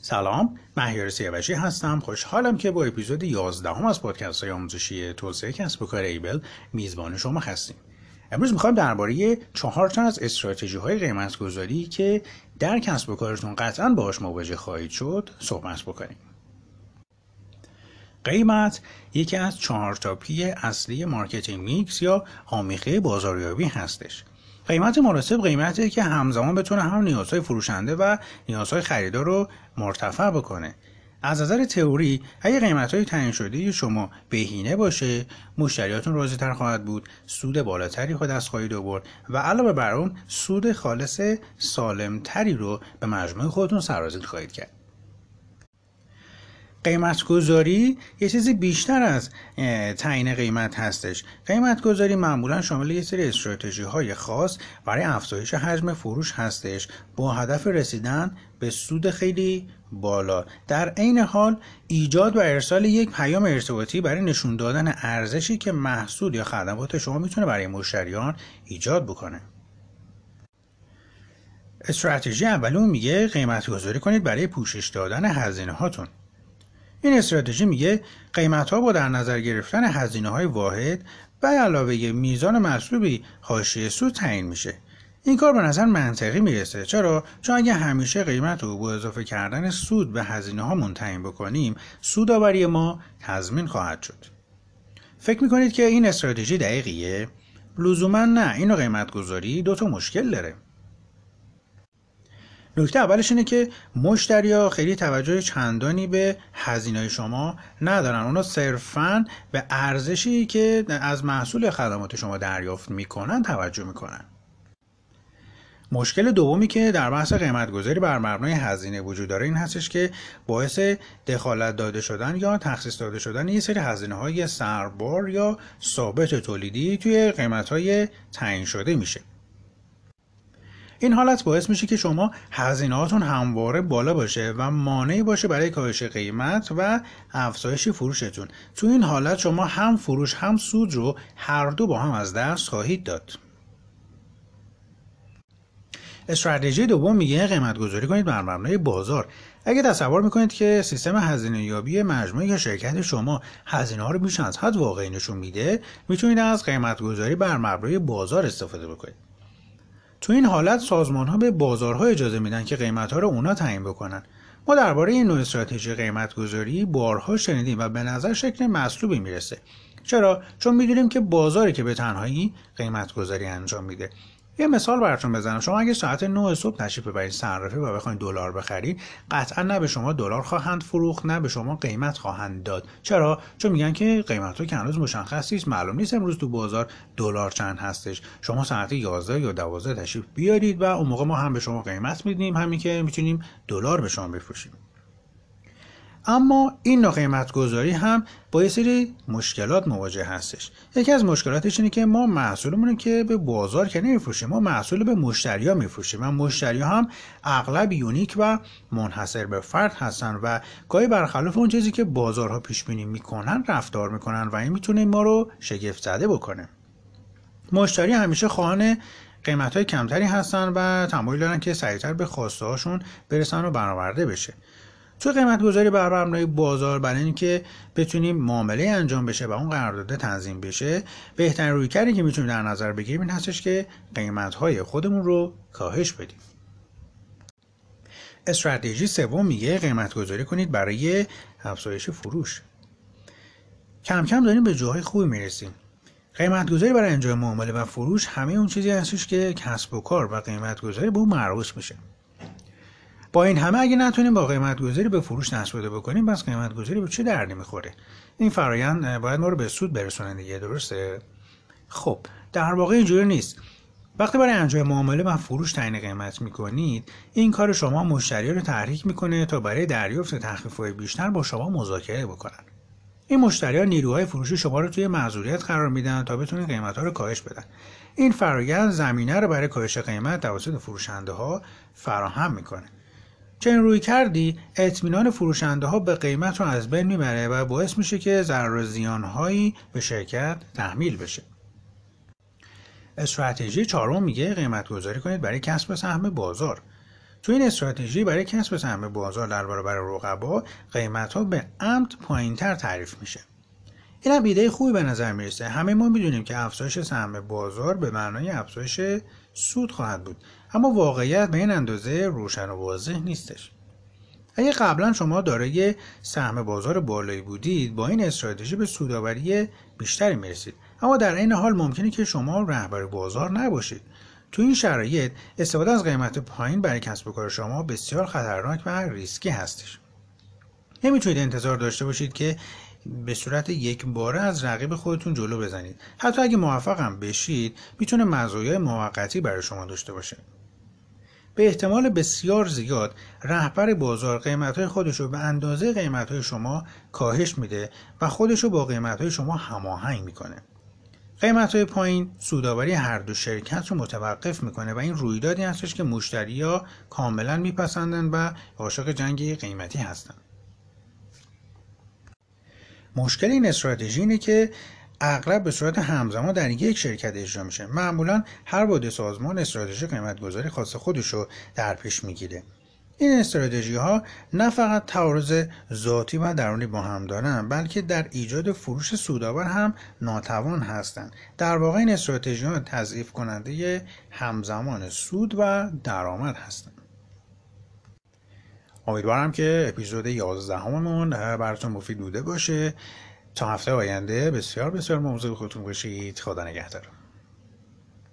سلام، مهیار سیاوشی هستم. خوشحالم که با اپیزود 11 از پادکست های آموزشی توسعه کسب و کار ایبل میزبان شما هستیم. امروز میخوایم درباره 4 از استراتژی های قیمت گذاری که در کسب و کارتون قطعاً باهاش مواجه خواهید شد صحبت بکنیم. قیمت یکی از 4 پی اصلی مارکتینگ میکس یا آمیخته بازاریابی هستش. قیمت مناسب قیمتی که همزمان بتونه هم نیازهای فروشنده و نیازهای خریدار رو مرتفع بکنه. از نظر تئوری اگه قیمت‌های تعیین شده شما بهینه باشه، مشتریاتون راضی‌تر خواهد بود، سود بالاتری خود دست خواهید آورد و علاوه بر اون سود خالص سالمتری رو به مجموعه خودتون سرازیر خواهید کرد. قیمت گذاری یه چیزی بیشتر از تعیین قیمت هستش. قیمت گذاری معمولا شامل یه سری استراتژی های خاص برای افزایش حجم فروش هستش با هدف رسیدن به سود خیلی بالا. در عین حال ایجاد و ارسال یک پیام ارتباطی برای نشون دادن ارزشی که محصول یا خدمات شما میتونه برای مشتریان ایجاد بکنه. استراتژی اولمون میگه قیمت گذاری کنید برای پوشش دادن هزینه هاتون. این استراتژی میگه قیمت‌ها با در نظر گرفتن هزینه‌های واحد و علاوه میزان مطلوبی حاشیه سود تعیین میشه. این کار به نظر منطقی میرسه. چرا؟ چون اگه همیشه قیمت رو با اضافه کردن سود به هزینه‌ها تعیین بکنیم، سودآوری ما تضمین خواهد شد. فکر میکنید که این استراتژی دقیقیه؟ لزوما نه. اینو قیمت گذاری 2 مشکل داره. نکته اولش اینه که مشتری‌ها خیلی توجه چندانی به هزینه‌های شما ندارن. اونا صرفاً به ارزشی که از محصول خدمات شما دریافت میکنن توجه میکنن. مشکل دومی که در بحث قیمت گذاری بر مبنای هزینه وجود داره این هستش که باعث دخالت داده شدن یا تخصیص داده شدن یه سری هزینه‌های سربار یا ثابت تولیدی توی قیمت‌های تعیین شده میشه. این حالت باعث میشه که شما هزینه‌هاتون همواره بالا باشه و مانعی باشه برای کاهش قیمت و افزایش فروشتون. تو این حالت شما هم فروش هم سود رو هر دو با هم از دست خواهید داد. استراتژی دوم میگه قیمت گذاری کنید بر مبنای بازار. اگه تصور میکنید که سیستم هزینه یابی مجموعه یا شرکت شما هزینه‌ها رو بیش از حد واقعی نشون میده، میتونید از قیمت گذاری بر مبنای بازار استفاده بکنید. تو این حالت سازمان‌ها به بازارها اجازه میدن که قیمت‌ها رو اونا تعیین بکنن. ما درباره این نوع استراتژی قیمت گذاری بارها شنیدیم و به نظر شکل مطلوبی میرسه. چرا؟ چون میدونیم که بازاری که به تنهایی قیمت گذاری انجام میده. یه مثال براتون بزنم. شما اگه ساعت 9 صبح تشریف ببرید صرافی و بخواید دلار بخرید، قطعا نه به شما دلار خواهند فروخت نه به شما قیمت خواهند داد. چرا؟ چون میگن که قیمت‌ها که هنوز مشخص نیست، معلوم نیست امروز تو بازار دلار چند هستش. شما ساعت 11 یا 12 تشریف بیارید و اون موقع ما هم به شما قیمت میدیم، همین که میتونیم دلار به شما بفروشیم. اما این نوع قیمت گذاری هم با یه سری مشکلات مواجه هستش. یکی از مشکلاتش اینه که ما محصولمون که به بازار که نمیفروشیم، ما محصول به مشتری‌ها میفروشیم و مشتری‌ها هم اغلب یونیک و منحصر به فرد هستن و گاهی برخلاف اون چیزی که بازارها پیش بینی میکنن رفتار میکنن و این میتونه ما رو شگفت زده بکنه. مشتری همیشه خواهان قیمت‌های کمتری هستن و تمایل دارن که سریعتر به خواسته هاشون برسن و برآورده بشه. تو قیمت گذاری بر مبنای بازار برای اینکه بتونیم معامله انجام بشه و اون قرارداد تنظیم بشه، بهترین رویکردی که میتونیم در نظر بگیریم این هستش که قیمت‌های خودمون رو کاهش بدیم. استراتژی سوم میگه قیمت گذاری کنید برای افزایش فروش. کم کم داریم به جاهای خوبی میرسیم. قیمت گذاری برای انجام معامله و فروش همه اون چیزی هستش که کسب و کار و قیمت گذاری به اون مربوط میشه. با این همه اگه نتونیم با قیمت گذاری به فروش دست پیدا بکنیم، پس قیمت گذاری به چه دردی میخوره؟ این فرآیند باید ما رو به سود برسونه دیگه، درسته؟ خب در واقع اینجوری نیست. وقتی برای انجام معامله و فروش تعیین قیمت میکنید، این کار شما مشتری رو تحریک میکنه تا برای دریافت تخفیف‌های بیشتر با شما مذاکره بکنن. این مشتری‌ها نیروهای فروشی شما رو توی معذوریت قرار میدن تا بتونن قیمت‌ها رو کاهش بدن. این فرآیند زمینه رو برای کاهش قیمت توسط فروشنده‌ها فراهم میکنه. چنین روی کردی اطمینان فروشنده ها به قیمت رو از بین میبره و باعث میشه که ضرر و زیانهایی به شرکت تحمیل بشه. استراتژی چهارم میگه قیمت گذاری کنید برای کسب سهم بازار. تو این استراتژی برای کسب سهم بازار در برابر رقبا قیمت‌ها به عمد پایین‌تر تعریف میشه. این هم ایده خوبی به نظر میرسه. همه ما میدونیم که افزایش سهم بازار به معنای افزایش سود خواهد بود، اما واقعیت به این اندازه روشن و واضح نیستش. اگه قبلا شما دارای سهم بازار بالایی بودید، با این استراتژی به سودآوری بیشتری میرسید، اما در این حال ممکنه که شما رهبر بازار نباشید. تو این شرایط استفاده از قیمت پایین برای کسب و کار شما بسیار خطرناک و ریسکی هستش. نمیتونید انتظار داشته باشید که به صورت یک باره از رقیب خودتون جلو بزنید. حتی اگه موفق هم بشید، میتونه مزایای موقتی برای شما داشته باشه. به احتمال بسیار زیاد رهبر بازار قیمت‌های خودش رو به اندازه قیمت‌های شما کاهش میده و خودش رو با قیمت‌های شما هماهنگ میکنه. قیمت‌های پایین سودآوری هر دو شرکت رو متوقف میکنه و این رویدادی هستش که مشتری‌ها کاملا میپسندن و عاشق جنگ قیمتی هستن. مشکل این استراتژی اینه که اغلب به صورت همزمان در یک شرکت اجرا میشه. معمولا هر باد سازمان استراتژی قیمت‌گذاری خاص خودش رو در پیش میگیره. این استراتژی ها نه فقط تعارض ذاتی و درونی با هم دارن، بلکه در ایجاد فروش سودآور هم ناتوان هستند. در واقع این استراتژی ها تضعیف کننده همزمان سود و درآمد هستند. امیدوارم که اپیزود 11 هممون براتون مفید بوده باشه. تا هفته آینده بسیار بسیار مواظب خودتون باشید. خدا نگهدار.